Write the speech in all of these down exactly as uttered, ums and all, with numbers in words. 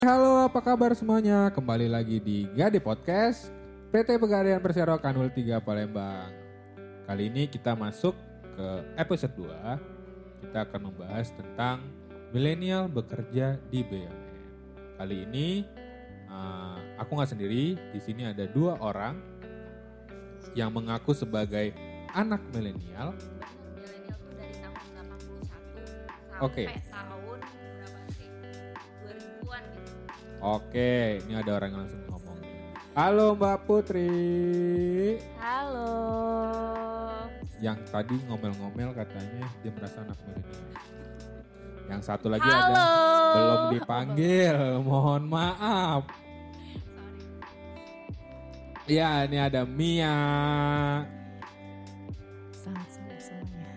Halo, apa kabar semuanya? Kembali lagi di Gade Podcast P T Pegadaian Persero Kanwil tiga Palembang. Kali ini kita masuk ke episode dua. Kita akan membahas tentang milenial bekerja di B U M N. Kali ini uh, aku nggak sendiri. Di sini ada dua orang yang mengaku sebagai anak milenial. Milenial tuh dari tahun delapan puluh satu sampai Oke. tahun berapa sih? dua ribuan gitu. Oke, ini ada orang yang langsung ngomong. Halo Mbak Putri. Halo. Yang tadi ngomel-ngomel katanya dia merasa anak milenial. Yang satu lagi Halo. ada belum dipanggil, mohon maaf. Ya, ini ada Mia. Selamat sore semuanya.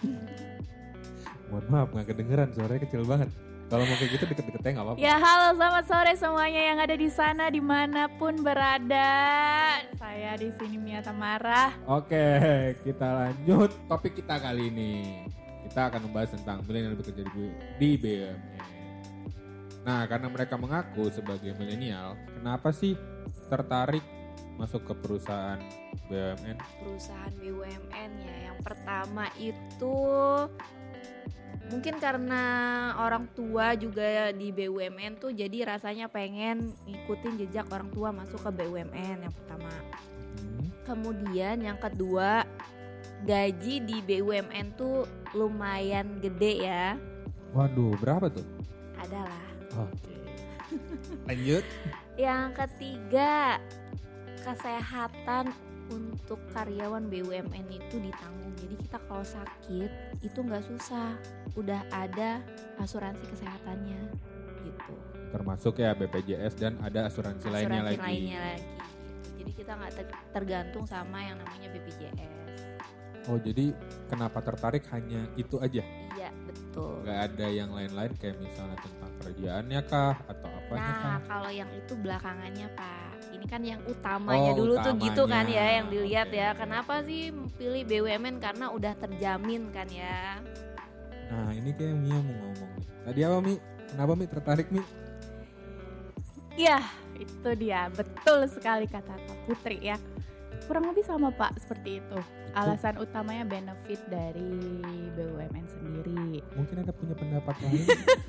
Mohon maaf nggak kedengeran, suaranya kecil banget. Kalau mau kayak gitu deket-deketnya nggak apa-apa. Ya halo, selamat sore semuanya yang ada di sana dimanapun berada. Saya di sini Mia Tamara. Oke, kita lanjut topik kita kali ini. Kita akan membahas tentang milenial bekerja di, di B U M N. Nah, karena mereka mengaku sebagai milenial, kenapa sih tertarik masuk ke perusahaan B U M N? Perusahaan B U M N ya. Yang pertama itu mungkin karena orang tua juga di B U M N tuh jadi rasanya pengen ngikutin jejak orang tua masuk ke B U M N yang pertama. Hmm. Kemudian yang kedua, gaji di B U M N tuh lumayan gede ya. Waduh, berapa tuh? Adalah. Oke. Lanjut. Yang ketiga, kesehatan untuk karyawan B U M N itu ditanggung. Jadi kita kalau sakit itu nggak susah, udah ada asuransi kesehatannya gitu. Termasuk ya B P J S dan ada asuransi, lainnya Asuransi lagi. lainnya lagi gitu. Jadi kita nggak ter- tergantung sama yang namanya B P J S. Oh, jadi kenapa tertarik hanya itu aja? Iya betul. Gak ada yang lain-lain kayak misalnya tentang kerjaannya kah atau apanya kah? Nah kalau yang itu belakangannya Pak. Ini kan yang utamanya Oh, dulu tuh gitu kan utamanya. ya yang dilihat Oke. ya. Kenapa sih pilih B U M N? Karena udah terjamin kan ya. Nah, ini kayak Mia mau ngomong nih. Tadi apa Mi? Kenapa Mi tertarik Mi? Ya itu dia, betul sekali kata Kak Putri ya. Kurang lebih sama Pak seperti itu. Alasan utamanya benefit dari B U M N sendiri. Mungkin ada punya pendapat lain.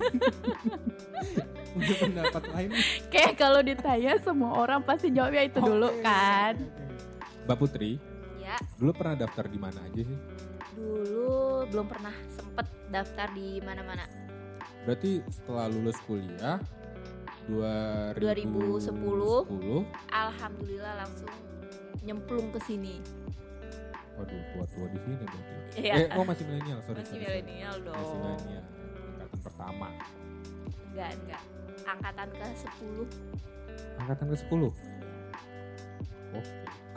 punya pendapat lain. Kayak kalau ditanya semua orang pasti jawabnya itu dulu Oke, kan. oke, oke. Mbak Putri, Ya dulu pernah daftar di mana aja sih? dulu belum pernah sempet daftar di mana-mana. Berarti setelah lulus kuliah dua ribu dua ribu sepuluh. sepuluh. Alhamdulillah langsung nyemplung ke sini. Waduh, tua-tua di sini berarti. Iya. Eh, oh masih milenial, sorry. Masih sorry, sorry. milenial dong. Masih milenial, angkatan pertama. Enggak, enggak. Angkatan ke sepuluh. Angkatan ke sepuluh. Oke.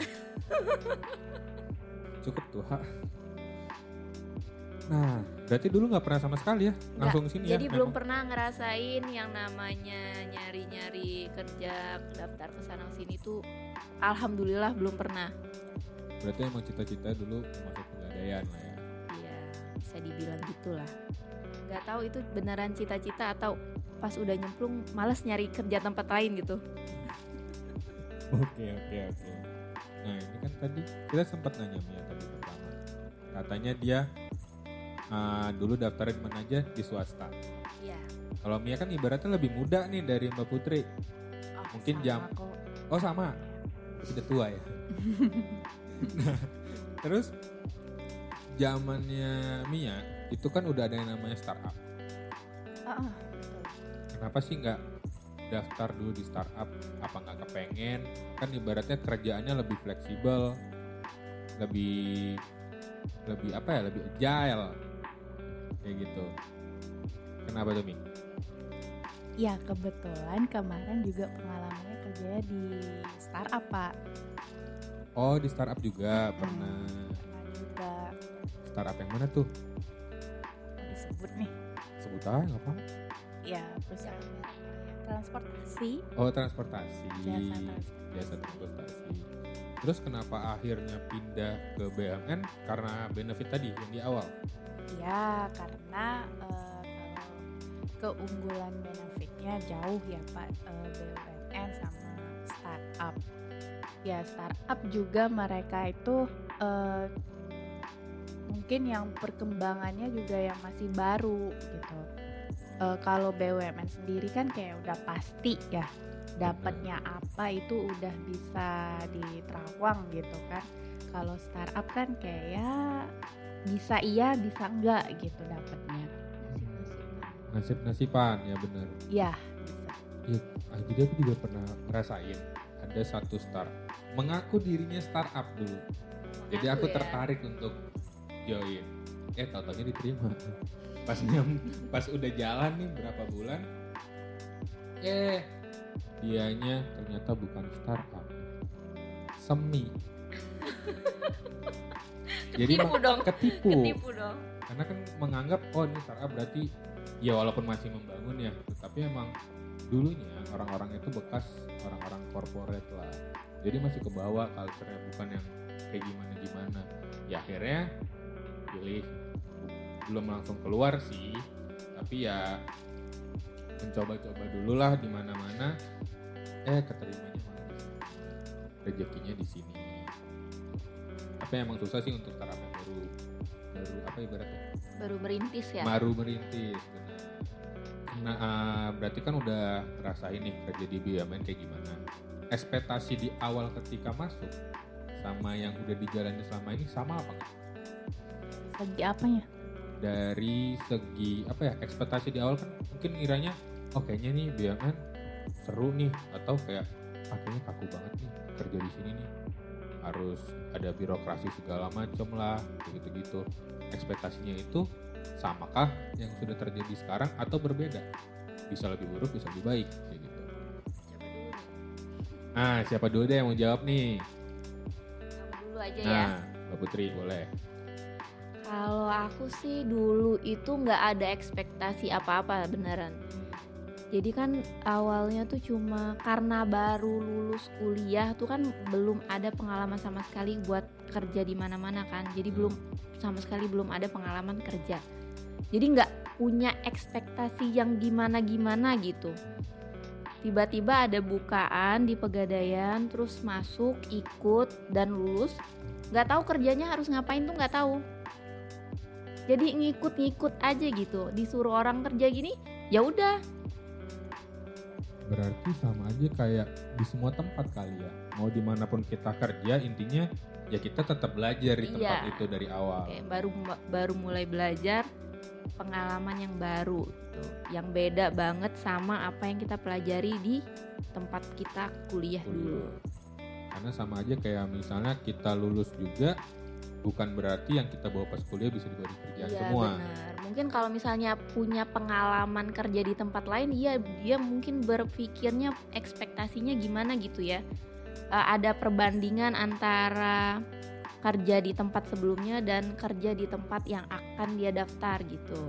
Cukup tua. Nah, berarti dulu nggak pernah sama sekali ya, langsung ke sini ya? Jadi belum memang? pernah ngerasain yang namanya nyari-nyari kerja, daftar ke sana sini tuh alhamdulillah belum pernah. Berarti emang cita-cita dulu masuk pegadaian lah ya. Iya, bisa dibilang gitulah. Gak tahu itu beneran cita-cita atau pas udah nyemplung malas nyari kerja tempat lain gitu. Oke, oke, oke. Nah, ini kan tadi kita sempat nanya Mia tadi pertama. Katanya dia uh, dulu daftarin mana aja di swasta. Iya. Kalau Mia kan ibaratnya lebih muda nih dari Mbak Putri. Oh, Mungkin sama jam- kok. Oh sama, sudah tua ya. Nah, terus zamannya Mia itu kan udah ada yang namanya startup. Ah, ah, betul. Kenapa sih nggak daftar dulu di startup? Apa nggak kepengen? Kan ibaratnya kerjaannya lebih fleksibel, lebih lebih apa ya? Lebih agile kayak gitu. Kenapa tuh Mi? Ya kebetulan kemarin juga pengalamannya kerjanya di startup Pak. Oh di startup juga Hmm, pernah. Pernah juga. Startup yang mana tuh? Disebut nih. Sebut aja nggak apa? Ya perusahaan transportasi. Oh transportasi. Jasa transportasi. Jasa transportasi. Terus kenapa akhirnya pindah ke B U M N? Karena benefit tadi yang di awal. Ya karena eh, kalau keunggulan benefitnya jauh ya Pak, uh, B U M N sama startup. Ya startup juga mereka itu uh, mungkin yang perkembangannya juga yang masih baru gitu. Uh, kalau B U M N sendiri kan kayak udah pasti ya dapatnya apa itu udah bisa diterawang gitu kan. Kalau startup kan kayak ya bisa iya bisa enggak gitu dapatnya. Nasib-nasiban ya benar. Iya bisa. Ya, ah, jadi aku juga pernah ngerasain ada satu startup mengaku dirinya startup dulu. Mengaku jadi aku ya? tertarik untuk join. Eh tau-taunya diterima. Pas nyam, pas udah jalan nih berapa bulan, eh dianya ternyata bukan startup, semi. Jadi Ketipu dong. Ketipu. Ketipu dong. Karena kan menganggap oh ini startup berarti ya walaupun masih membangun ya, tapi emang dulunya orang-orang itu bekas orang-orang corporate lah. Jadi masih kebawa culture-nya bukan yang kayak gimana-gimana. Ya akhirnya pilih belum langsung keluar sih, tapi ya mencoba-coba dulu lah di mana-mana. Eh keterimanya malah di sini, rezekinya di sini. Tapi emang susah sih untuk startup yang baru, baru apa ibaratnya? Baru merintis ya. Baru merintis, benar. Nah uh, berarti kan udah ngerasain nih kerja di B U M N kayak gimana? Ekspektasi di awal ketika masuk sama yang udah dijalani selama ini sama apa nggak? Segi apanya? Dari segi apa ya, ekspektasi di awal kan mungkin kiranya oh kayaknya nih B U M N seru nih, atau kayak ah, kayaknya kaku banget nih kerja di sini nih, harus ada birokrasi segala macem lah gitu-gitu. Ekspektasinya itu samakah yang sudah terjadi sekarang atau berbeda? Bisa lebih buruk, bisa lebih baik kayak gitu. Nah siapa dulu deh yang mau jawab nih? Kamu dulu aja Nah ya. Mbak Putri boleh. Kalau aku sih dulu itu nggak ada ekspektasi apa-apa beneran. Jadi kan awalnya tuh cuma karena baru lulus kuliah tuh kan belum ada pengalaman sama sekali buat kerja di mana-mana kan. Jadi belum sama sekali belum ada pengalaman kerja. Jadi nggak punya ekspektasi yang gimana-gimana gitu. Tiba-tiba ada bukaan di Pegadaian, terus masuk, ikut dan lulus. Nggak tahu kerjanya harus ngapain tuh nggak tahu. Jadi ngikut-ngikut aja gitu. Disuruh orang kerja gini, ya udah. Berarti sama aja kayak di semua tempat kali ya. Mau dimanapun kita kerja, intinya ya kita tetap belajar di tempat Iya. itu dari awal. Kayak baru baru mulai belajar, pengalaman yang baru gitu, yang beda banget sama apa yang kita pelajari di tempat kita kuliah dulu. Karena sama aja kayak misalnya kita lulus juga, bukan berarti yang kita bawa pas kuliah bisa dibawa di kerjaan Iya semua. benar. Mungkin kalau misalnya punya pengalaman kerja di tempat lain, iya dia mungkin berpikirnya ekspektasinya gimana gitu ya. Uh, ada perbandingan antara kerja di tempat sebelumnya dan kerja di tempat yang akan dia daftar gitu.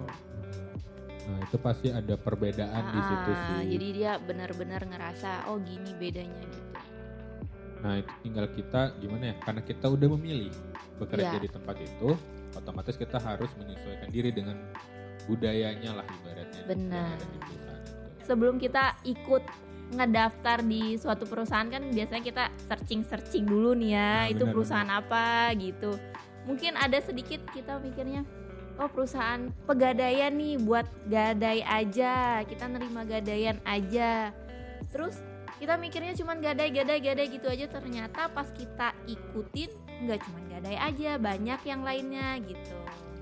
Nah itu pasti ada perbedaan di situ Ah, sih. jadi dia benar-benar ngerasa oh gini bedanya gitu. Nah itu tinggal kita gimana ya, karena kita udah memilih bekerja Iya. di tempat itu, otomatis kita harus menyesuaikan diri dengan budayanya lah ibaratnya. Benar. yang ada di perusahaan itu. Sebelum kita ikut ngedaftar di suatu perusahaan kan biasanya kita searching-searching dulu nih ya, Nah, itu benar, perusahaan apa gitu. Mungkin ada sedikit kita mikirnya, oh perusahaan Pegadaian nih buat gadai aja, kita nerima gadaian aja. Terus kita mikirnya cuman gadai, gadai, gadai gitu aja, ternyata pas kita ikutin nggak cuman gadai aja, banyak yang lainnya gitu.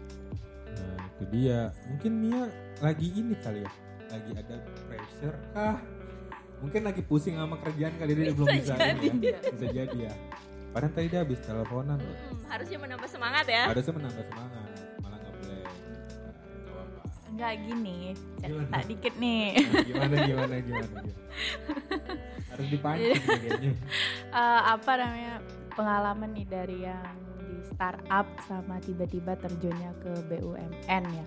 Nah itu dia, mungkin Mia lagi ini kali ya, lagi ada pressure kah? Mungkin lagi pusing sama kerjaan kali dia Bisa belum bisa jadi. ini ya. Bisa jadi ya. Padahal tadi dia habis teleponan loh. Hmm, harusnya menambah semangat ya. Harusnya menambah semangat, malah ngeblank. Nah, nggak apa-apa. Enggak gini, cerita Gimana? dikit nih. Nah, gimana gimana gimana gimana. Harus dipancing nih kayaknya. Eh, apa namanya pengalaman nih dari yang di startup sama tiba-tiba terjunnya ke B U M N ya.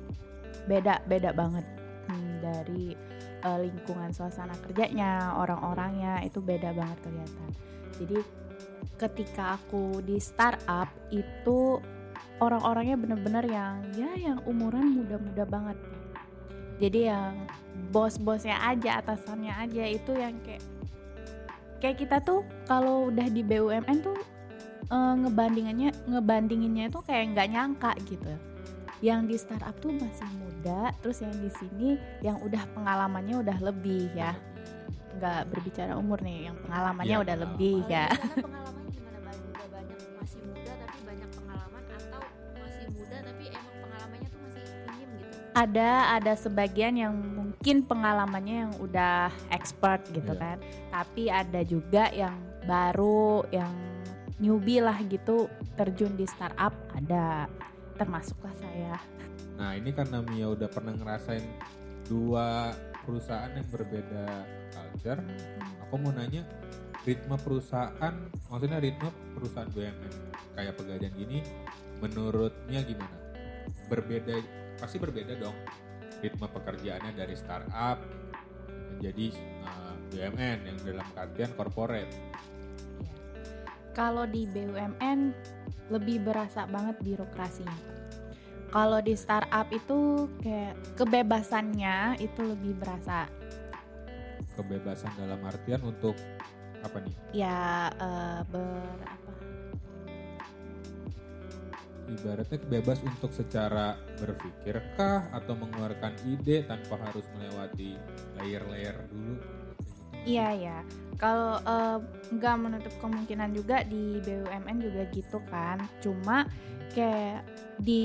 Beda beda banget hmm, dari uh, lingkungan suasana kerjanya, orang-orangnya itu beda banget kelihatan. Jadi ketika aku di startup itu orang-orangnya benar-benar yang ya yang umuran muda-muda banget. Jadi yang bos-bosnya aja, atasannya aja itu yang kayak kayak kita tuh kalau udah di B U M N tuh eh, ngebandingannya ngebandinginnya itu kayak nggak nyangka gitu. Yang di startup tuh masih muda, terus yang di sini yang udah pengalamannya udah lebih ya. Nggak berbicara umur nih, yang pengalamannya Iya, udah pengalaman. lebih Kalau ya. di sana pengalamannya gimana Bang? Udah banyak masih muda tapi banyak pengalaman atau masih muda tapi emang pengalamannya tuh masih minim gitu? Ada ada sebagian yang mungkin pengalamannya yang udah expert gitu Iya. kan, tapi ada juga yang baru, yang newbie lah gitu terjun di startup, ada, termasuklah saya. Nah ini karena Mia udah pernah ngerasain dua perusahaan yang berbeda culture, aku mau nanya ritme perusahaan, maksudnya ritme perusahaan B U M N kayak Pegadaian gini, menurutnya gimana? Berbeda, pasti berbeda dong ritme pekerjaannya dari startup menjadi uh, B U M N yang dalam artian corporate. Kalau di B U M N lebih berasa banget birokrasinya. Kalau di startup itu kayak kebebasannya itu lebih berasa. Kebebasan dalam artian untuk apa nih? Ya eh, ber apa? Ibaratnya bebas untuk secara berpikirkah atau mengeluarkan ide tanpa harus melewati layer-layer dulu. Iya ya. Kalau eh, nggak menutup kemungkinan juga di B U M N juga gitu kan. Cuma kayak di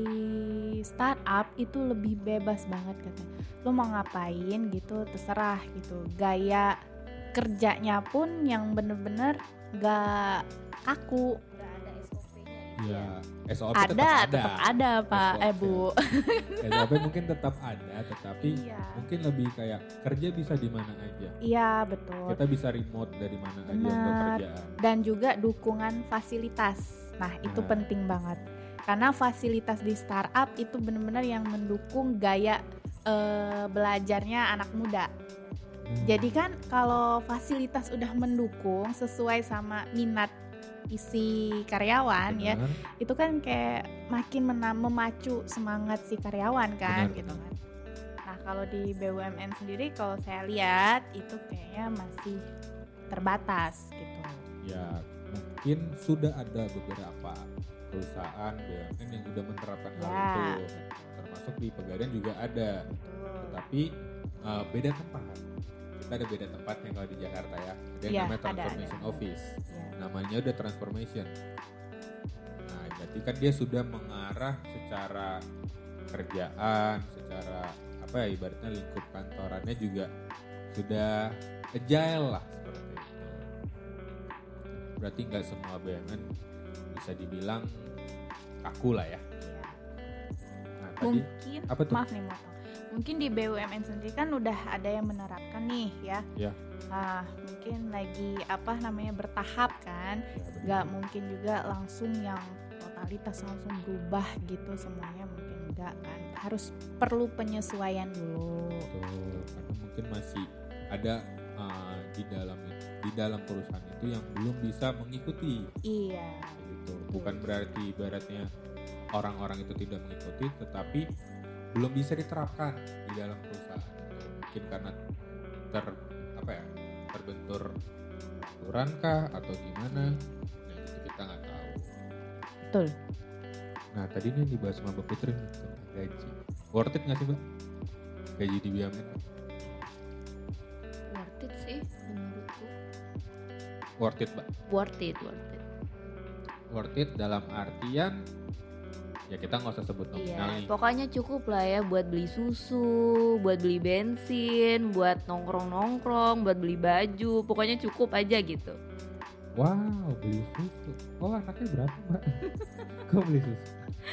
startup itu lebih bebas banget katanya. Lo mau ngapain gitu terserah gitu. Gaya kerjanya pun yang bener-bener gak kaku. Udah ada S O P-nya gitu. Ya, S O P Ada, tetap ada. tetap ada Pak, S O P. eh Bu. S O P mungkin tetap ada, tetapi Iya. mungkin lebih kayak kerja bisa di mana aja. Iya betul. Kita bisa remote dari mana aja untuk Benar. kerjaan. Dan juga dukungan fasilitas. Nah itu Nah. penting banget. Karena fasilitas di startup itu benar-benar yang mendukung gaya eh, belajarnya anak muda. Hmm. Jadi kan kalau fasilitas udah mendukung sesuai sama minat isi karyawan ya, Benar. itu kan kayak makin menam, memacu semangat si karyawan kan Benar, gitu benar. kan. Nah kalau di B U M N sendiri kalau saya lihat itu kayaknya masih terbatas gitu. Ya, mungkin sudah ada beberapa perusahaan B U M N yang sudah menerapkan hal Ya. itu. Termasuk di Pegadaian juga ada. Betul. Tapi uh, beda tempat. Kita ada beda tempat yang kalau di Jakarta ya. Ada yang Iya, namanya ada, Transformation ada. Office. Ya. Namanya udah Transformation. Nah, berarti kan dia sudah mengarah secara kerjaan, secara apa ya, ibaratnya lingkup kantorannya juga sudah agile lah seperti itu. Berarti nggak semua B U M N bisa dibilang kaku lah ya. Iya. Nah, tadi Mungkin apa tuh? maaf nih motong. Mungkin di B U M N sendiri kan udah ada yang menerapkan nih ya. Ya. Nah, mungkin lagi apa namanya bertahap kan. Ya, benar. Nggak mungkin juga langsung yang totalitas langsung berubah gitu semuanya, mungkin enggak kan. Harus perlu penyesuaian dulu. Betul, karena mungkin masih ada uh, di dalam di dalam perusahaan itu yang belum bisa mengikuti Iya. gitu. Bukan berarti ibaratnya orang-orang itu tidak mengikuti, tetapi belum bisa diterapkan di dalam perusahaan. Mungkin karena ter apa ya terbentur aturan kah atau gimana? Nah itu kita nggak tahu. Betul. Nah tadi ini yang dibahas sama Mbak Putri nih, tentang gaji. Worth it nggak sih Mbak? Gaji di B U M N? Worth it sih menurutku. Worth it Mbak? Worth it, worth it. Worth it dalam artian ya kita nggak usah sebut nominal Iya, nih. pokoknya cukup lah ya buat beli susu, buat beli bensin, buat nongkrong-nongkrong, buat beli baju, pokoknya cukup aja gitu. Wow, beli susu. Oh, anaknya berapa, Mbak? Kok beli susu?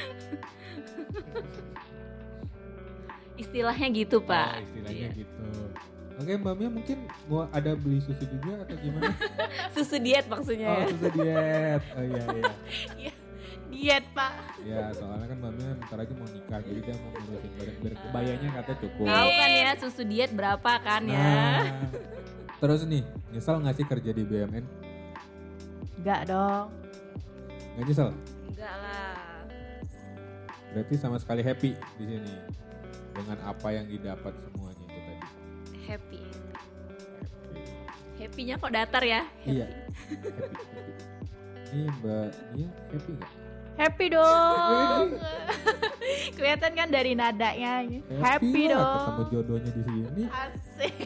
Istilahnya gitu, Pak. Oh, istilahnya Iya. gitu. Oke, Mbak Mia mungkin mau ada beli susu juga atau gimana? Susu diet maksudnya Oh, ya. susu diet. Oh iya iya. Diet, Pak. Ya, soalnya kan Mbak Mia bentar lagi mau nikah, jadi dia mau ngurusin badan biar kebayanya katanya cukup. Tahu kan ya susu diet berapa kan ya? Nah, terus nih, nyesel nggak sih kerja di B U M N? Enggak dong. Nggak nyesel? Enggak lah. Berarti sama sekali happy di sini. dengan apa yang didapat semuanya itu tadi? Happy. Happy. Happy-nya kok datar ya? Happy. Iya. Happy, happy. Ini Mbak Nia happy nggak? Happy dong. Kelihatan kan dari nadanya. Happy, lah, dong. ketemu jodohnya di sini. Asik.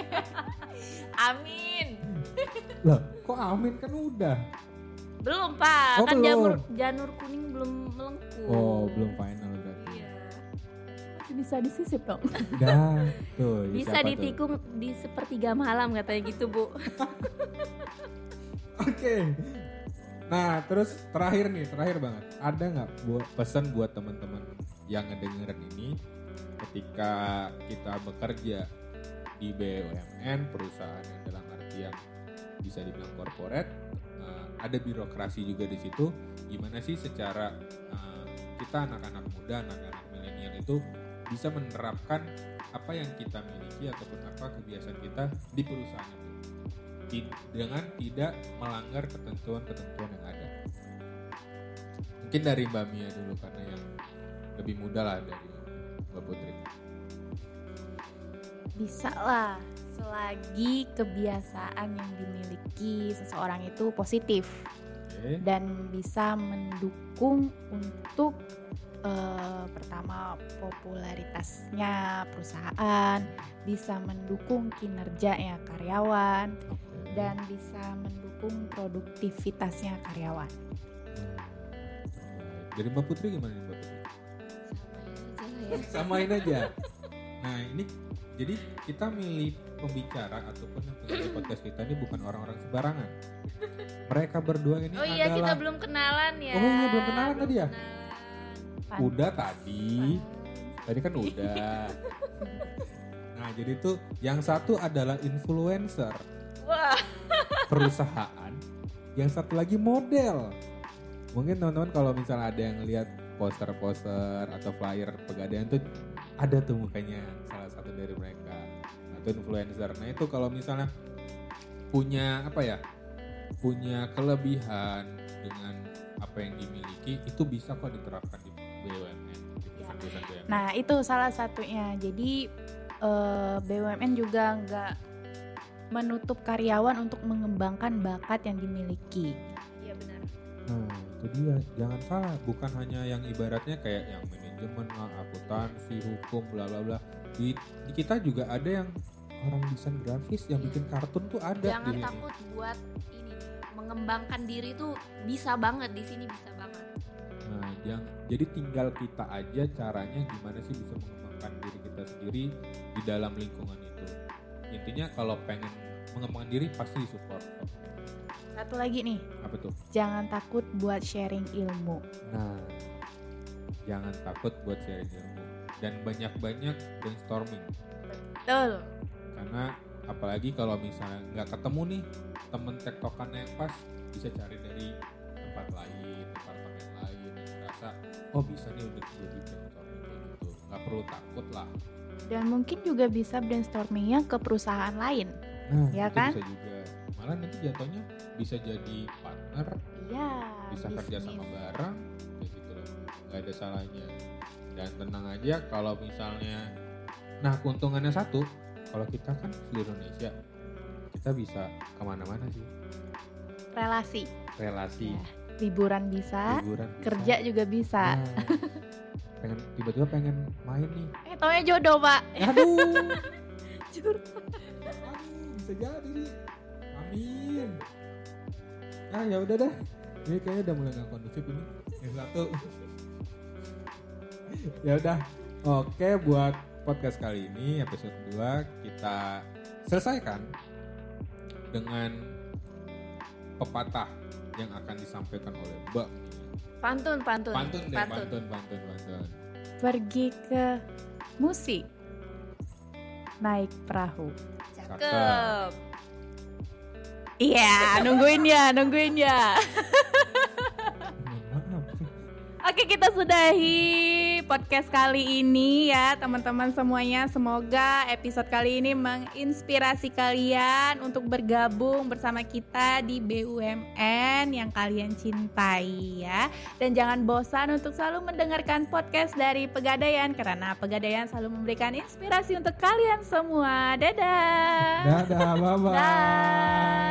Amin. Lah, kok amin kan udah? Belum Pak, Oh, kan belum. jamur janur kuning belum melengkung. Oh, belum final berarti. Iya. Masih bisa disisip dong. Dah, tuh. Bisa siapa tuh? ditikung di sepertiga malam katanya gitu Bu. Oke. Nah, terus terakhir nih, terakhir banget. Ada nggak buat pesan buat teman-teman yang ngedengerin ini ketika kita bekerja di B U M N, perusahaan yang dalam artian bisa dibilang corporate, uh, ada birokrasi juga di situ. Gimana sih secara uh, kita anak-anak muda, anak-anak milenial itu bisa menerapkan apa yang kita miliki ataupun apa kebiasaan kita di perusahaan itu dengan tidak melanggar ketentuan-ketentuan yang ada. Mungkin dari Mbak Mia dulu karena yang lebih muda lah dari Mbak Putri. Bisa lah, selagi kebiasaan yang dimiliki seseorang itu positif Oke. dan bisa mendukung untuk eh, pertama popularitasnya perusahaan, bisa mendukung kinerjanya karyawan, Oke. dan bisa mendukung produktivitasnya karyawan. Nah, baik. Dari Mbak Putri gimana nih Mbak Putri? Samain aja lah ya. Samain aja. Nah ini jadi kita milih pembicara ataupun yang pengen podcast kita ini bukan orang-orang sembarangan. Mereka berdua ini Oh iya adalah kita belum kenalan ya. Oh iya, belum kenalan tadi ya? Kenalan. udah tadi. Tadi kan udah. Nah jadi tuh yang satu adalah influencer Wah. perusahaan, yang satu lagi model. Mungkin teman-teman kalau misalnya ada yang lihat poster-poster atau flyer pegadaian tuh ada tuh mukanya salah satu dari mereka atau influencer. Nah itu kalau misalnya punya apa ya, punya kelebihan dengan apa yang dimiliki itu bisa kok diterapkan di B U M N, di perusahaan-perusahaan B U M N. Nah itu salah satunya. Jadi eh, B U M N juga nggak menutup karyawan untuk mengembangkan bakat yang dimiliki. Iya benar. Nah itu dia, jangan salah, bukan hanya yang ibaratnya kayak yang manajemen lah, akuntansi, hukum, bla bla bla. Di, di kita juga ada yang orang desain grafis yang Iya. bikin kartun tuh ada. Jangan di sini. takut buat ini nih, mengembangkan diri tuh bisa banget di sini bisa banget. Nah, yang jadi tinggal kita aja caranya gimana sih bisa mengembangkan diri kita sendiri di dalam lingkungan itu. Intinya kalau pengen mengembangkan diri pasti support. Satu lagi nih, Apa tuh? jangan takut buat sharing ilmu. Nah, jangan takut buat sharing ilmu dan banyak-banyak brainstorming. Betul. Karena apalagi kalau misalnya nggak ketemu nih temen tektokannya yang pas, bisa cari dari tempat lain, departemen lain yang merasa oh bisa nih untuk jadi brainstorming kayak gitu. Nggak perlu takut lah. Dan mungkin juga bisa brainstormingnya ke perusahaan lain. Nah, Ya itu kan? bisa juga. Malah nanti jatuhnya bisa jadi partner, Iya. bisa kerja bisnis. sama bareng, kayak gitu loh. Nggak ada salahnya. Dan tenang aja kalau misalnya, nah keuntungannya satu, kalau kita kan seluruh Indonesia, kita bisa kemana-mana sih. Relasi. Relasi, Ya. Liburan bisa, liburan bisa. kerja juga bisa. Nah, pengen tiba-tiba pengen main nih. Eh, taunya jodoh, Pak. Aduh, Jujur. aduh bisa jadi nih. Amin. Nah ya udah dah. Ini kayaknya udah mulai nggak kondusif ini. Yang satu. Ya udah. Oke, buat podcast kali ini episode dua kita selesaikan dengan pepatah yang akan disampaikan oleh Mbak Mia. Pantun, pantun. Pantun deh, pantun, pantun, pantun. Pergi ke musik. Naik perahu. Cakep. Iya, nungguin ya, nungguin ya. Mohon maaf. Oke, kita sudahi podcast kali ini ya teman-teman semuanya. Semoga episode kali ini menginspirasi kalian untuk bergabung bersama kita di B U M N yang kalian cintai ya. Dan jangan bosan untuk selalu mendengarkan podcast dari Pegadaian, karena Pegadaian selalu memberikan inspirasi untuk kalian semua. Dadah. Dadah, bye-bye. Dah.